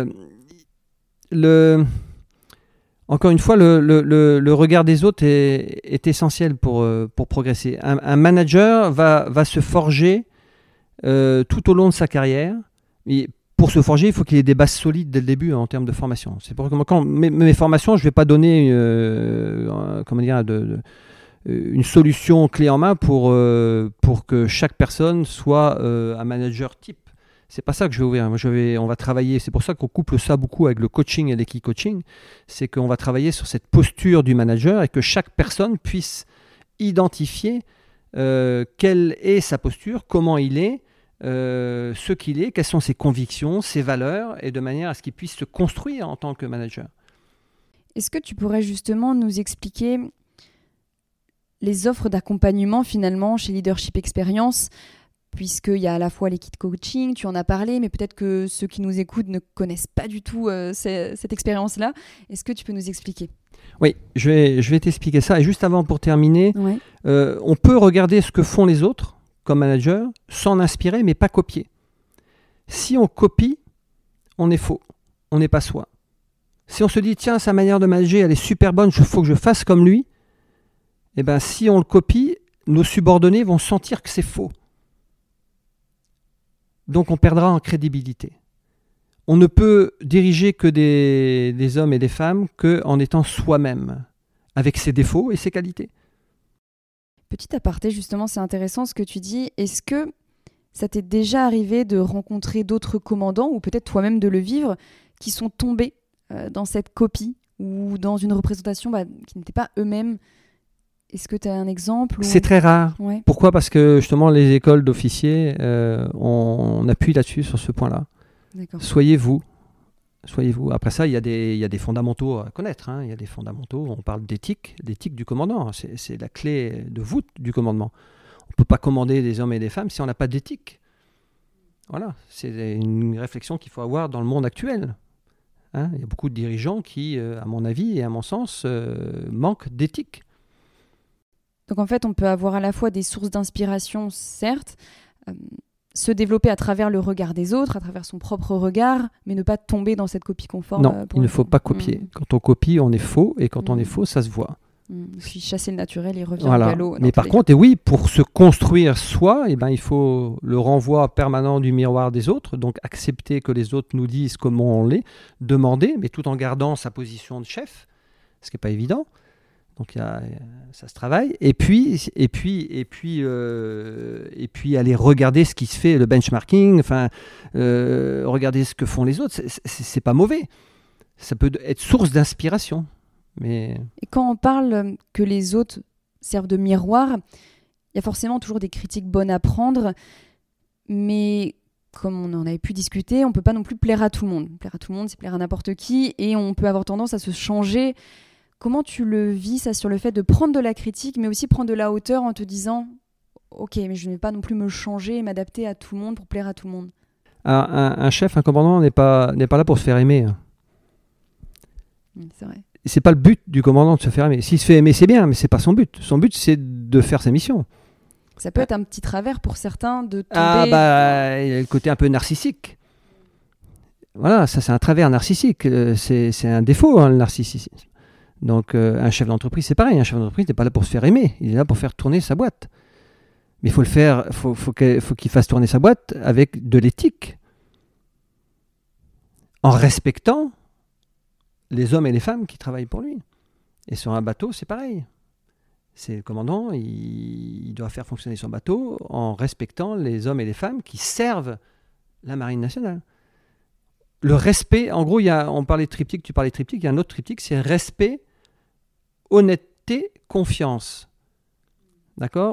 le, encore une fois, le, le, le, le regard des autres est, est essentiel pour, pour progresser. Un, un manager va, va se forger euh, tout au long de sa carrière. Et pour se forger, il faut qu'il ait des bases solides dès le début hein, en termes de formation. C'est pour que quand mes, mes formations, je ne vais pas donner euh, comment dire, de, de, une solution clé en main pour, euh, pour que chaque personne soit euh, un manager type. C'est pas ça que je vais ouvrir. Moi, je vais, on va travailler. C'est pour ça qu'on couple ça beaucoup avec le coaching et l'équipe coaching. C'est qu'on va travailler sur cette posture du manager et que chaque personne puisse identifier euh, quelle est sa posture, comment il est. Euh, ce qu'il est, quelles sont ses convictions, ses valeurs, et de manière à ce qu'il puisse se construire en tant que manager. Est-ce que tu pourrais justement nous expliquer les offres d'accompagnement finalement chez Leadership Experience, puisqu'il y a à la fois l'équipe coaching, tu en as parlé, mais peut-être que ceux qui nous écoutent ne connaissent pas du tout euh, cette, cette expérience-là. Est-ce que tu peux nous expliquer ? Oui, je vais, je vais t'expliquer ça. Et juste avant, pour terminer, ouais. euh, on peut regarder ce que font les autres comme manager, s'en inspirer, mais pas copier. Si on copie, on est faux. On n'est pas soi. Si on se dit, tiens, sa manière de manager, elle est super bonne, il faut que je fasse comme lui, eh ben, si on le copie, nos subordonnés vont sentir que c'est faux. Donc on perdra en crédibilité. On ne peut diriger que des, des hommes et des femmes qu'en étant soi-même, avec ses défauts et ses qualités. Petit aparté, justement, c'est intéressant ce que tu dis. Est-ce que ça t'est déjà arrivé de rencontrer d'autres commandants, ou peut-être toi-même de le vivre, qui sont tombés euh, dans cette copie ou dans une représentation bah, qui n'était pas eux-mêmes? Est-ce que tu as un exemple ou... C'est très rare. Ouais. Pourquoi ? Parce que justement, les écoles d'officiers, euh, on, on appuie là-dessus, sur ce point-là. D'accord. Soyez vous. Soyez-vous. Après ça, il y a des, il y a des fondamentaux à connaître. Hein. Il y a des fondamentaux. On parle d'éthique, d'éthique du commandant. C'est, c'est la clé de voûte du commandement. On ne peut pas commander des hommes et des femmes si on n'a pas d'éthique. Voilà. C'est une réflexion qu'il faut avoir dans le monde actuel. Hein. Il y a beaucoup de dirigeants qui, euh, à mon avis et à mon sens, euh, manquent d'éthique. Donc en fait, on peut avoir à la fois des sources d'inspiration, certes, euh, se développer à travers le regard des autres, à travers son propre regard, mais ne pas tomber dans cette copie conforme. Non, euh, pour il ne le faut coup. pas copier. Mmh. Quand on copie, on est faux, et quand Mmh. on est faux, ça se voit. Mmh. Puis chasser le naturel, il revient Voilà. au galop. dans Mais tous par les contre, et oui, pour se construire soi, eh ben, il faut le renvoi permanent du miroir des autres, donc accepter que les autres nous disent comment on l'est, demander, mais tout en gardant sa position de chef, ce qui n'est pas évident. Donc y a, ça se travaille. Et puis, et puis, et puis, euh, et puis aller regarder ce qui se fait, le benchmarking, enfin, euh, regarder ce que font les autres, c'est, c'est, c'est pas mauvais. Ça peut être source d'inspiration. Mais... Et quand on parle que les autres servent de miroir, il y a forcément toujours des critiques bonnes à prendre, mais comme on en avait pu discuter, on ne peut pas non plus plaire à tout le monde. Plaire à tout le monde, c'est plaire à n'importe qui, et on peut avoir tendance à se changer. Comment tu le vis, ça, sur le fait de prendre de la critique, mais aussi prendre de la hauteur en te disant « Ok, mais je ne vais pas non plus me changer et m'adapter à tout le monde pour plaire à tout le monde. » un, un, un chef, un commandant n'est pas, n'est pas là pour se faire aimer. Oui, c'est vrai. C'est pas le but du commandant de se faire aimer. S'il se fait aimer, c'est bien, mais c'est pas son but. Son but, c'est de faire sa mission. Ça peut être un petit travers pour certains de tomber... Ah bah, il y a le côté un peu narcissique. Voilà, ça c'est un travers narcissique. C'est, c'est un défaut, hein, le narcissisme. Donc euh, un chef d'entreprise, c'est pareil. Un chef d'entreprise n'est pas là pour se faire aimer. Il est là pour faire tourner sa boîte. Mais il faut le faire, faut, faut, que, faut qu'il fasse tourner sa boîte avec de l'éthique. En respectant les hommes et les femmes qui travaillent pour lui. Et sur un bateau, c'est pareil. C'est le commandant, il, il doit faire fonctionner son bateau en respectant les hommes et les femmes qui servent la marine nationale. Le respect, en gros, il y a, on parlait de triptyque, tu parlais de triptyque, il y a un autre triptyque, c'est respect, honnêteté, confiance. D'accord ?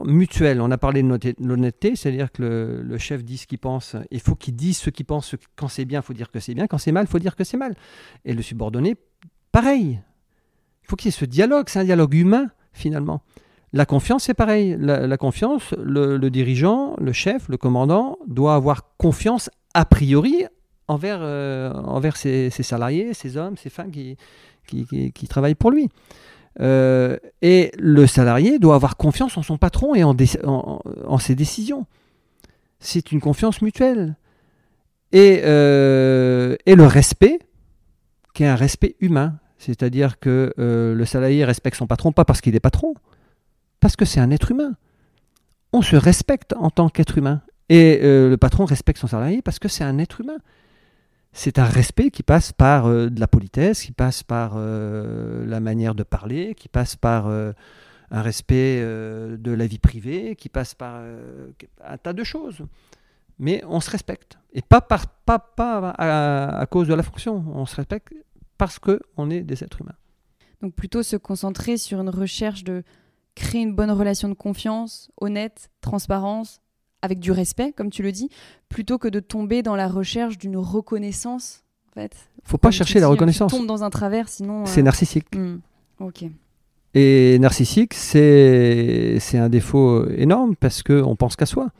Mutuel. On a parlé de l'honnêteté, c'est-à-dire que le, le chef dit ce qu'il pense. Il faut qu'il dise ce qu'il pense. Quand c'est bien, il faut dire que c'est bien. Quand c'est mal, il faut dire que c'est mal. Et le subordonné, pareil. Il faut qu'il y ait ce dialogue. C'est un dialogue humain, finalement. La confiance, c'est pareil. La, la confiance, le, le dirigeant, le chef, le commandant doit avoir confiance a priori envers, euh, envers ses, ses salariés, ses hommes, ses femmes qui, qui, qui, qui travaillent pour lui. Euh, et le salarié doit avoir confiance en son patron et en, dé- en, en ses décisions. C'est une confiance mutuelle. Et, euh, et le respect, qui est un respect humain. C'est-à-dire que euh, le salarié respecte son patron, pas parce qu'il est patron, parce que c'est un être humain. On se respecte en tant qu'être humain. Et euh, le patron respecte son salarié parce que c'est un être humain. C'est un respect qui passe par euh, de la politesse, qui passe par euh, la manière de parler, qui passe par euh, un respect euh, de la vie privée, qui passe par euh, un tas de choses. Mais on se respecte. Et pas, par, pas, pas à, à cause de la fonction. On se respecte parce qu'on est des êtres humains. Donc plutôt se concentrer sur une recherche de créer une bonne relation de confiance, honnête, transparence, avec du respect, comme tu le dis, plutôt que de tomber dans la recherche d'une reconnaissance. En fait. Faut pas chercher la reconnaissance. Tu tombes dans un travers, sinon... C'est euh... narcissique. Mmh. Ok. Et narcissique, c'est, c'est un défaut énorme parce qu'on pense qu'à soi.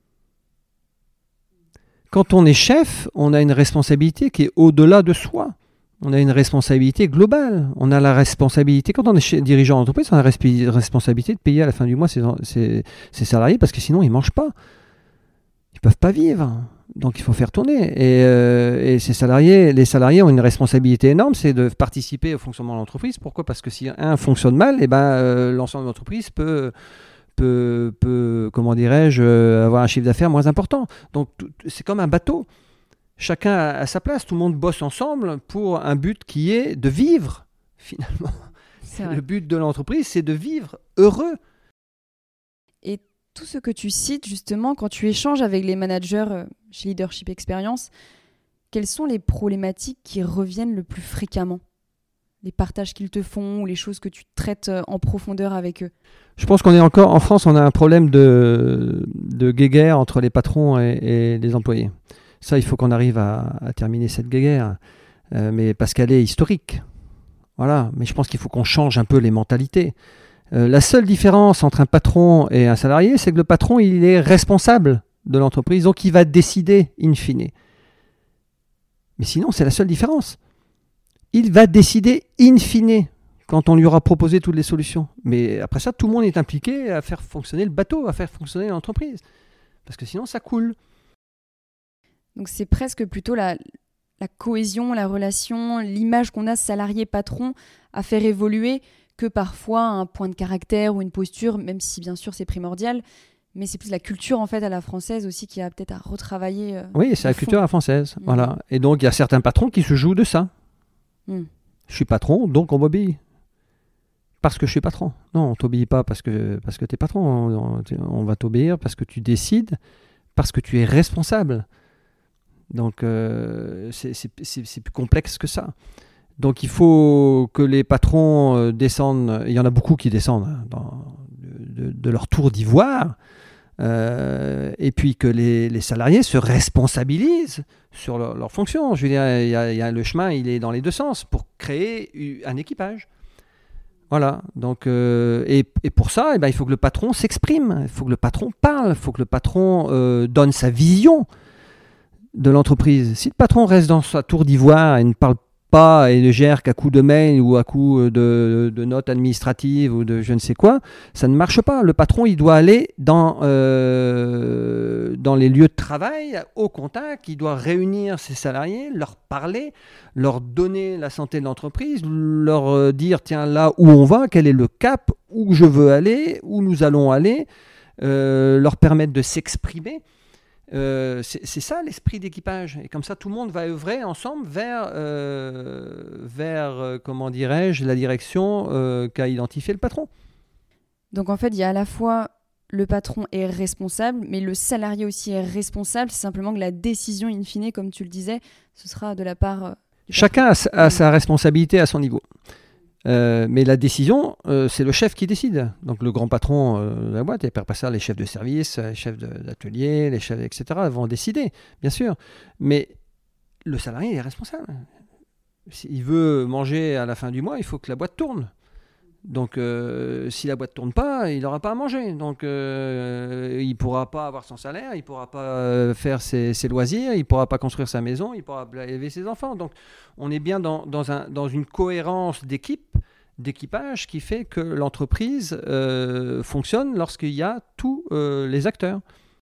Quand on est chef, on a une responsabilité qui est au-delà de soi. On a une responsabilité globale. On a la responsabilité, quand on est chez, dirigeant d'entreprise, on a la resp- responsabilité de payer à la fin du mois ses, ses, ses salariés parce que sinon ils ne mangent pas. ils peuvent pas vivre. Donc il faut faire tourner. Et, euh, et ces salariés, les salariés ont une responsabilité énorme, c'est de participer au fonctionnement de l'entreprise. Pourquoi ? Parce que si un fonctionne mal, eh ben, euh, l'ensemble de l'entreprise peut, peut, peut, comment dirais-je, euh, avoir un chiffre d'affaires moins important. Donc tout, c'est comme un bateau. Chacun a, a sa place. Tout le monde bosse ensemble pour un but qui est de vivre, finalement. Le but de l'entreprise, c'est de vivre heureux. Et tout ce que tu cites, justement, quand tu échanges avec les managers euh, chez Leadership Experience, quelles sont les problématiques qui reviennent le plus fréquemment ? Les partages qu'ils te font ou les choses que tu traites euh, en profondeur avec eux ? Je pense qu'on est encore, en France, on a un problème de, de guéguerre entre les patrons et, et les employés. Ça, il faut qu'on arrive à, à terminer cette guéguerre, euh, mais parce qu'elle est historique. Voilà, mais je pense qu'il faut qu'on change un peu les mentalités. Euh, la seule différence entre un patron et un salarié, c'est que le patron, il est responsable de l'entreprise, donc il va décider in fine. Mais sinon, c'est la seule différence. Il va décider in fine quand on lui aura proposé toutes les solutions. Mais après ça, tout le monde est impliqué à faire fonctionner le bateau, à faire fonctionner l'entreprise. Parce que sinon, ça coule. Donc c'est presque plutôt la... la cohésion, la relation, l'image qu'on a salarié-patron à faire évoluer que parfois un point de caractère ou une posture, même si bien sûr c'est primordial, mais c'est plus la culture en fait à la française aussi qui a peut-être à retravailler. Euh, oui, c'est la culture à la française, mmh. Voilà. Et donc il y a certains patrons qui se jouent de ça. Mmh. Je suis patron, donc on m'obéit. Parce que je suis patron. Non, on ne t'obéit pas parce que, parce que tu es patron. On, on va t'obéir parce que tu décides, parce que tu es responsable. Donc, euh, c'est, c'est, c'est, c'est plus complexe que ça. Donc, il faut que les patrons euh, descendent. Il y en a beaucoup qui descendent hein, dans, de, de leur tour d'ivoire. Euh, et puis que les, les salariés se responsabilisent sur leur, leur fonction. Je veux dire, il y a, il y a le chemin, il est dans les deux sens pour créer un équipage. Voilà. Donc, euh, et, et pour ça, eh ben, il faut que le patron s'exprime. Il faut que le patron parle. Il faut que le patron euh, donne sa vision de l'entreprise. Si le patron reste dans sa tour d'ivoire et ne parle pas et ne gère qu'à coup de mail ou à coup de, de notes administratives ou de je ne sais quoi, ça ne marche pas. Le patron, il doit aller dans, euh, dans les lieux de travail, au contact, il doit réunir ses salariés, leur parler, leur donner la santé de l'entreprise, leur dire, tiens, là où on va, quel est le cap, où je veux aller, où nous allons aller, euh, leur permettre de s'exprimer. Euh, c'est, c'est ça l'esprit d'équipage. Et comme ça, tout le monde va œuvrer ensemble vers, euh, vers euh, comment dirais-je, la direction euh, qu'a identifié le patron. Donc en fait, il y a à la fois le patron est responsable, mais le salarié aussi est responsable. C'est simplement que la décision, in fine, comme tu le disais, ce sera de la part... Euh, Chacun a, a sa responsabilité à son niveau. Euh, mais la décision, euh, c'est le chef qui décide. Donc le grand patron euh, de la boîte, et puis après ça, les chefs de service, les chefs de, d'atelier, les chefs, et cetera vont décider, bien sûr. Mais le salarié est responsable. S'il veut manger à la fin du mois, il faut que la boîte tourne. Donc euh, si la boîte ne tourne pas, il n'aura pas à manger. Donc euh, il ne pourra pas avoir son salaire, il ne pourra pas euh, faire ses, ses loisirs, il ne pourra pas construire sa maison, il ne pourra pas élever ses enfants. Donc on est bien dans, dans, un, dans une cohérence d'équipe, d'équipage qui fait que l'entreprise euh, fonctionne lorsqu'il y a tous euh, les acteurs.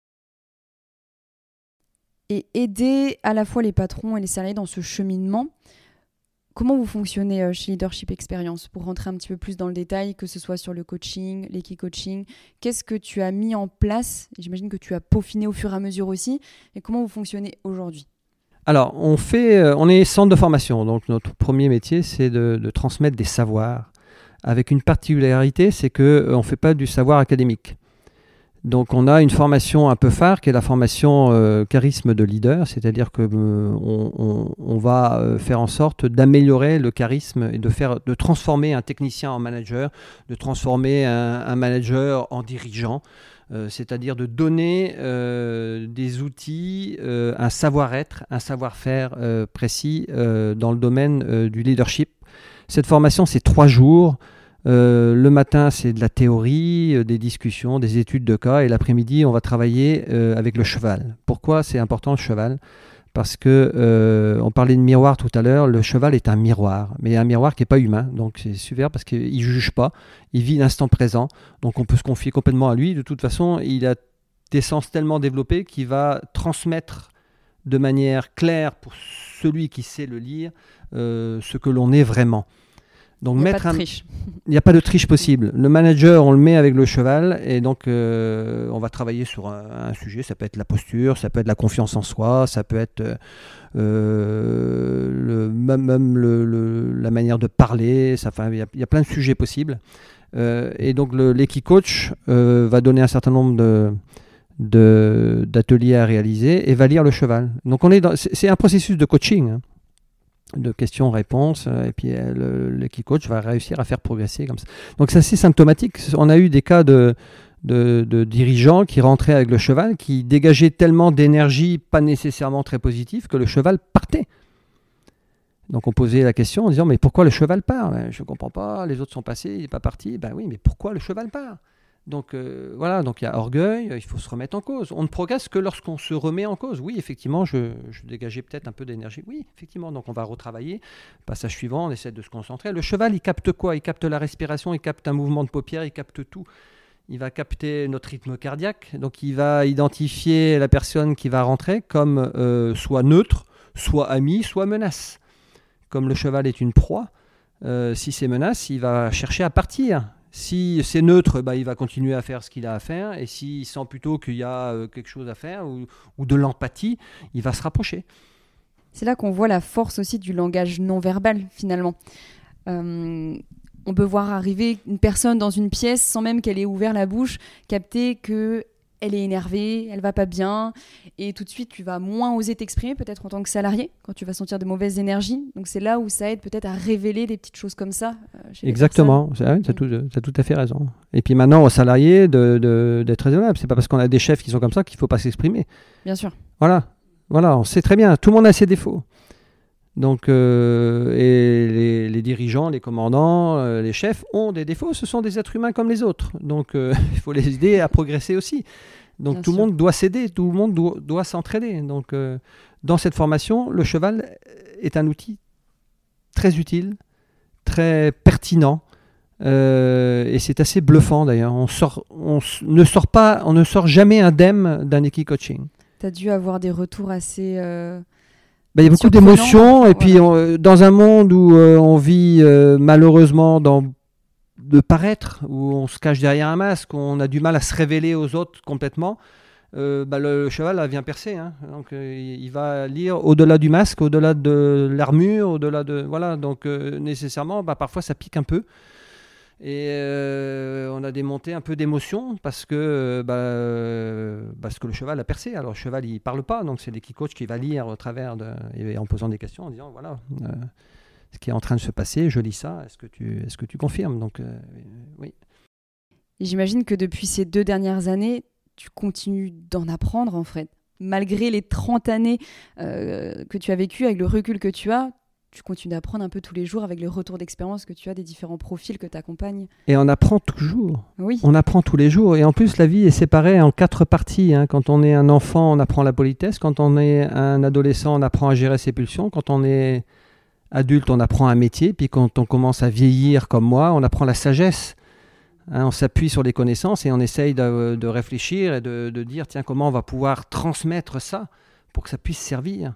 Et aider à la fois les patrons et les salariés dans ce cheminement, comment vous fonctionnez chez Leadership Experience ? Pour rentrer un petit peu plus dans le détail, que ce soit sur le coaching, l'équi-coaching, qu'est-ce que tu as mis en place ? J'imagine que tu as peaufiné au fur et à mesure aussi. Et comment vous fonctionnez aujourd'hui ? Alors, on, fait, on est centre de formation. Donc, notre premier métier, c'est de, de transmettre des savoirs. Avec une particularité, c'est qu'on ne fait pas du savoir académique. Donc, on a une formation un peu phare qui est la formation euh, charisme de leader, c'est-à-dire qu'on euh, on, on va euh, faire en sorte d'améliorer le charisme et de, faire, de transformer un technicien en manager, de transformer un, un manager en dirigeant, euh, c'est-à-dire de donner euh, des outils, euh, un savoir-être, un savoir-faire euh, précis euh, dans le domaine euh, du leadership. Cette formation, c'est trois jours. Euh, le matin, c'est de la théorie, euh, des discussions, des études de cas. Et l'après-midi, on va travailler euh, avec le cheval. Pourquoi c'est important le cheval ? Parce que euh, on parlait de miroir tout à l'heure. Le cheval est un miroir, mais un miroir qui n'est pas humain. Donc c'est super parce qu'il ne juge pas. Il vit l'instant présent. Donc on peut se confier complètement à lui. De toute façon, il a d'essence tellement développée qu'il va transmettre de manière claire pour celui qui sait le lire euh, ce que l'on est vraiment. Donc, il n'y a mettre pas de un... triche. Il n'y a pas de triche possible. Le manager, on le met avec le cheval et donc euh, on va travailler sur un, un sujet. Ça peut être la posture, ça peut être la confiance en soi, ça peut être euh, le, même, même le, le, la manière de parler. Ça, enfin, il y a, il y a plein de sujets possibles. Euh, et donc le, l'équicoach euh, va donner un certain nombre de, de, d'ateliers à réaliser et va lire le cheval. Donc on est dans, c'est, c'est un processus de coaching. Hein. De questions-réponses, et puis le, le key coach va réussir à faire progresser comme ça. Donc c'est assez symptomatique. On a eu des cas de, de, de dirigeants qui rentraient avec le cheval, qui dégageaient tellement d'énergie, pas nécessairement très positive, que le cheval partait. Donc on posait la question en disant, mais pourquoi le cheval part ? Ben, je ne comprends pas, les autres sont passés, il n'est pas parti. Ben oui, mais pourquoi le cheval part ? Donc euh, voilà, donc il y a orgueil, il faut se remettre en cause. On ne progresse que lorsqu'on se remet en cause. Oui, effectivement, je, je dégageais peut-être un peu d'énergie. Oui, effectivement, donc on va retravailler. Passage suivant, on essaie de se concentrer. Le cheval, il capte quoi ? Il capte la respiration, il capte un mouvement de paupières, il capte tout. Il va capter notre rythme cardiaque. Donc il va identifier la personne qui va rentrer comme euh, soit neutre, soit ami, soit menace. Comme le cheval est une proie, euh, si c'est menace, il va chercher à partir. Si c'est neutre, bah, il va continuer à faire ce qu'il a à faire. Et s'il sent plutôt qu'il y a euh, quelque chose à faire ou, ou de l'empathie, il va se rapprocher. C'est là qu'on voit la force aussi du langage non verbal, finalement. Euh, on peut voir arriver une personne dans une pièce sans même qu'elle ait ouvert la bouche, capter que elle est énervée, elle va pas bien, et tout de suite tu vas moins oser t'exprimer, peut-être en tant que salarié, quand tu vas sentir de mauvaises énergies. Donc c'est là où ça aide peut-être à révéler des petites choses comme ça. Euh, chez Exactement, tu as tout, tout à fait raison. Et puis maintenant aux salariés de, de, d'être raisonnable. C'est pas parce qu'on a des chefs qui sont comme ça qu'il faut pas s'exprimer. Bien sûr. Voilà, voilà, on sait très bien, tout le monde a ses défauts. Donc, euh, et les, les dirigeants, les commandants, euh, les chefs ont des défauts. Ce sont des êtres humains comme les autres. Donc, euh, il faut les aider à progresser aussi. Donc, Bien tout sûr. le monde doit s'aider, tout le monde doit, doit s'entraider. Donc, euh, dans cette formation, le cheval est un outil très utile, très pertinent. Euh, et c'est assez bluffant d'ailleurs. On, sort, on, ne sort pas, on ne sort jamais indemne d'un équicoaching. Tu as dû avoir des retours assez... Euh... Ben, il y a beaucoup d'émotions, et puis on, dans un monde où euh, on vit euh, malheureusement dans, de paraître, où on se cache derrière un masque, où on a du mal à se révéler aux autres complètement, euh, ben, le, le cheval là, vient percer. Hein. Donc euh, il va lire au-delà du masque, au-delà de l'armure, au-delà de... Voilà, donc euh, nécessairement, ben, parfois ça pique un peu. Et euh, on a des montées un peu d'émotion parce que, bah, euh, parce que le cheval a percé. Alors le cheval il parle pas, donc c'est l'équicoach qui va lire au travers de, et en posant des questions en disant voilà euh, ce qui est en train de se passer, je lis ça, est-ce que tu, est-ce que tu confirmes? Donc euh, oui. Et j'imagine que depuis ces deux dernières années, tu continues d'en apprendre en fait. Malgré les trente années euh, que tu as vécues, avec le recul que tu as, tu continues d'apprendre un peu tous les jours avec le retour d'expérience que tu as des différents profils que tu accompagnes. Et on apprend toujours. Oui. On apprend tous les jours. Et en plus, la vie est séparée en quatre parties. Hein. Quand on est un enfant, on apprend la politesse. Quand on est un adolescent, on apprend à gérer ses pulsions. Quand on est adulte, on apprend un métier. Puis quand on commence à vieillir comme moi, on apprend la sagesse. Hein, on s'appuie sur les connaissances et on essaye de, de réfléchir et de, de dire tiens, comment on va pouvoir transmettre ça pour que ça puisse servir.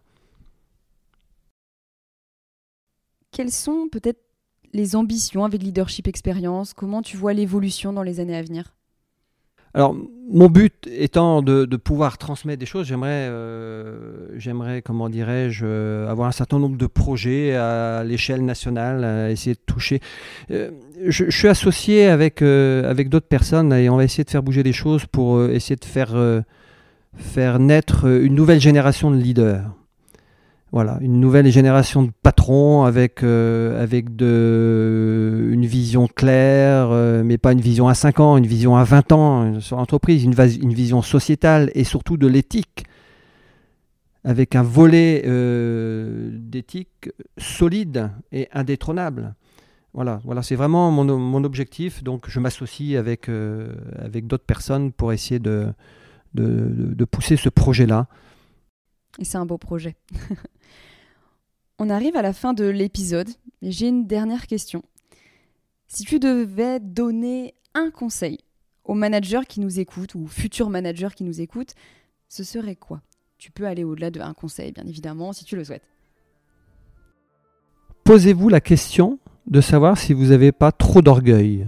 Quelles sont peut-être les ambitions avec Leadership Experience ? Comment tu vois l'évolution dans les années à venir ? Alors, mon but étant de, de pouvoir transmettre des choses, j'aimerais, euh, j'aimerais, comment dirais-je, euh, avoir un certain nombre de projets à l'échelle nationale, à essayer de toucher. Euh, je, je suis associé avec, euh, avec d'autres personnes et on va essayer de faire bouger des choses pour euh, essayer de faire, euh, faire naître une nouvelle génération de leaders. Voilà, une nouvelle génération de patrons avec, euh, avec de, une vision claire, euh, mais pas une vision à cinq ans, une vision à vingt ans sur l'entreprise, une, une vision sociétale et surtout de l'éthique, avec un volet euh, d'éthique solide et indétrônable. Voilà, voilà, c'est vraiment mon, mon objectif. Donc je m'associe avec, euh, avec d'autres personnes pour essayer de, de, de, de pousser ce projet-là. Et c'est un beau projet. On arrive à la fin de l'épisode et j'ai une dernière question. Si tu devais donner un conseil Aux managers qui nous écoutent ou futurs managers qui nous écoutent, ce serait quoi ? Tu peux aller au-delà d'un conseil, bien évidemment, si tu le souhaites. Posez-vous la question de savoir si vous n'avez pas trop d'orgueil.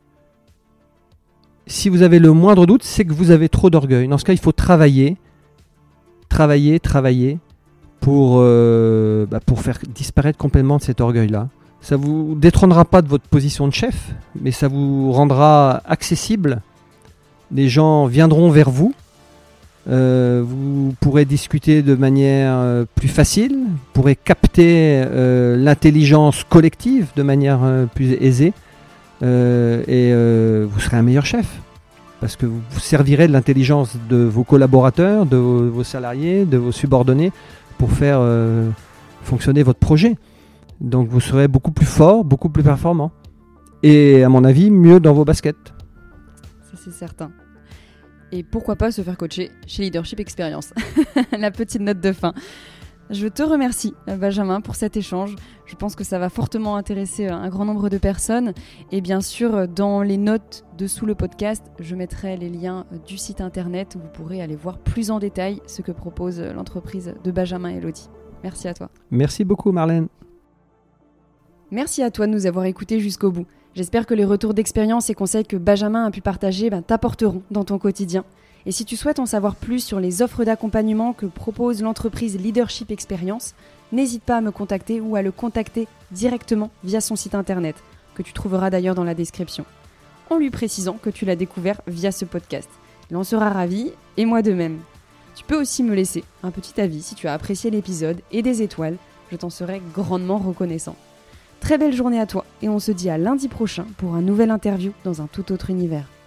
Si vous avez le moindre doute, c'est que vous avez trop d'orgueil. Dans ce cas, il faut travailler, travailler, travailler pour, euh, bah, pour faire disparaître complètement cet orgueil-là. Ça ne vous détrônera pas de votre position de chef, mais ça vous rendra accessible. Les gens viendront vers vous. Euh, vous pourrez discuter de manière euh, plus facile. Vous pourrez capter euh, l'intelligence collective de manière euh, plus aisée. Euh, et euh, vous serez un meilleur chef. Parce que vous vous servirez de l'intelligence de vos collaborateurs, de vos, vos salariés, de vos subordonnés pour faire euh, fonctionner votre projet. Donc vous serez beaucoup plus fort, beaucoup plus performant. Et à mon avis, mieux dans vos baskets. Ça c'est certain. Et pourquoi pas se faire coacher chez Leadership Experience. La petite note de fin. Je te remercie, Benjamin, pour cet échange. Je pense que ça va fortement intéresser un grand nombre de personnes. Et bien sûr, dans les notes dessous le podcast, je mettrai les liens du site internet où vous pourrez aller voir plus en détail ce que propose l'entreprise de Benjamin et Elodie. Merci à toi. Merci beaucoup, Marlène. Merci à toi de nous avoir écoutés jusqu'au bout. J'espère que les retours d'expérience et conseils que Benjamin a pu partager ben, t'apporteront dans ton quotidien. Et si tu souhaites en savoir plus sur les offres d'accompagnement que propose l'entreprise Leadership Experience, n'hésite pas à me contacter ou à le contacter directement via son site internet, que tu trouveras d'ailleurs dans la description, en lui précisant que tu l'as découvert via ce podcast. Il en sera ravi, et moi de même. Tu peux aussi me laisser un petit avis si tu as apprécié l'épisode et des étoiles, je t'en serai grandement reconnaissant. Très belle journée à toi et on se dit à lundi prochain pour un nouvel interview dans un tout autre univers.